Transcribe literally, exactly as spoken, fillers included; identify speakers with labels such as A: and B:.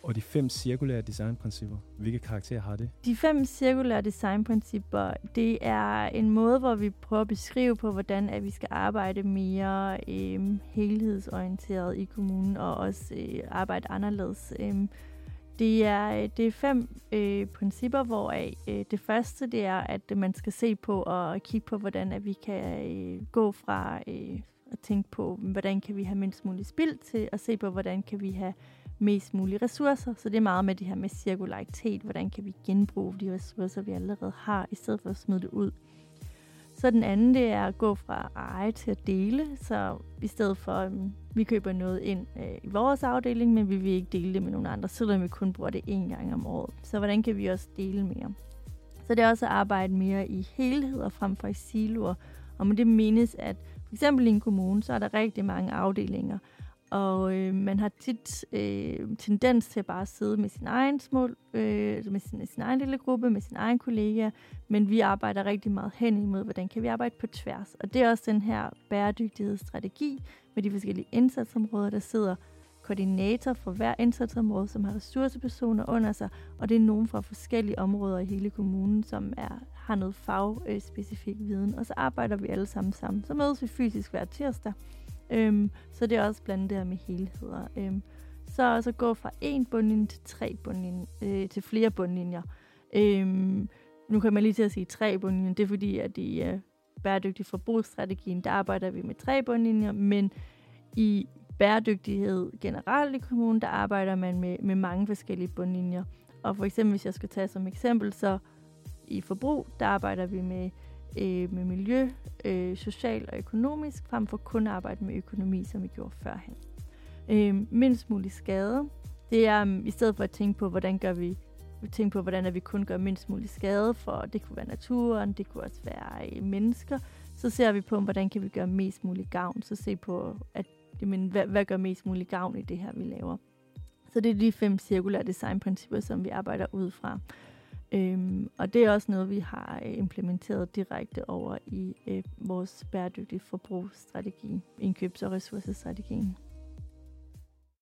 A: Og de fem cirkulære designprincipper, hvilke karakterer har det?
B: De fem cirkulære designprincipper, det er en måde, hvor vi prøver at beskrive på, hvordan at vi skal arbejde mere øh, helhedsorienteret i kommunen, og også øh, arbejde anderledes. Øh, det, er, det er fem øh, principper, hvor øh, det første det er, at man skal se på og kigge på, hvordan at vi kan øh, gå fra øh, at tænke på, hvordan kan vi have mindst muligt spild, til at se på, hvordan kan vi have mest mulige ressourcer. Så det er meget med det her med cirkularitet. Hvordan kan vi genbruge de ressourcer, vi allerede har, i stedet for at smide det ud. Så den anden, det er at gå fra at eje til at dele. Så i stedet for, at vi køber noget ind øh, i vores afdeling, men vi vil ikke dele det med nogen andre, selvom vi kun bruger det én gang om året. Så hvordan kan vi også dele mere? Så det er også at arbejde mere i helheder frem for i siloer. Og med det menes, at for eksempel i en kommune, så er der rigtig mange afdelinger, og øh, man har tit øh, tendens til at bare sidde med sin egen små, øh, med sin, sin egen lille gruppe, med sin egen kollegaer, men vi arbejder rigtig meget hen imod, hvordan kan vi arbejde på tværs. Og det er også den her bæredygtighedsstrategi med de forskellige indsatsområder, der sidder koordinator for hver indsatsområde, som har ressourcepersoner under sig, og det er nogen fra forskellige områder i hele kommunen, som er, har noget fagspecifik viden, og så arbejder vi alle sammen sammen. Så mødes vi fysisk hver tirsdag. Øhm, så det er også blandt det her med helheder. Øhm, så så gå fra en bundlinje til tre bundlinjer, øh, til flere bundlinjer. Øhm, nu kan man lige til at sige tre bundlinjer. Det er fordi, at i øh, bæredygtig forbrugsstrategien, der arbejder vi med tre bundlinjer, men i bæredygtighed generelt i kommunen, der arbejder man med, med mange forskellige bundlinjer. Og for eksempel, hvis jeg skal tage som eksempel, så i forbrug, der arbejder vi med Øh, med miljø, øh, social og økonomisk, frem for kun at arbejde med økonomi, som vi gjorde førhen. Øh, mindst mulig skade, det er um, i stedet for at tænke på, hvordan gør vi, tænke på, hvordan vi kun gør mindst mulig skade, for det kunne være naturen, det kunne også være øh, mennesker, så ser vi på, hvordan kan vi gøre mest mulig gavn, så se på, at, jamen, hvad, hvad gør mest mulig gavn i det her, vi laver. Så det er de fem cirkulære designprincipper, som vi arbejder ud fra. Øhm, og det er også noget, vi har øh, implementeret direkte over i øh, vores bæredygtige forbrugsstrategi, indkøbs- og ressourcestrategien.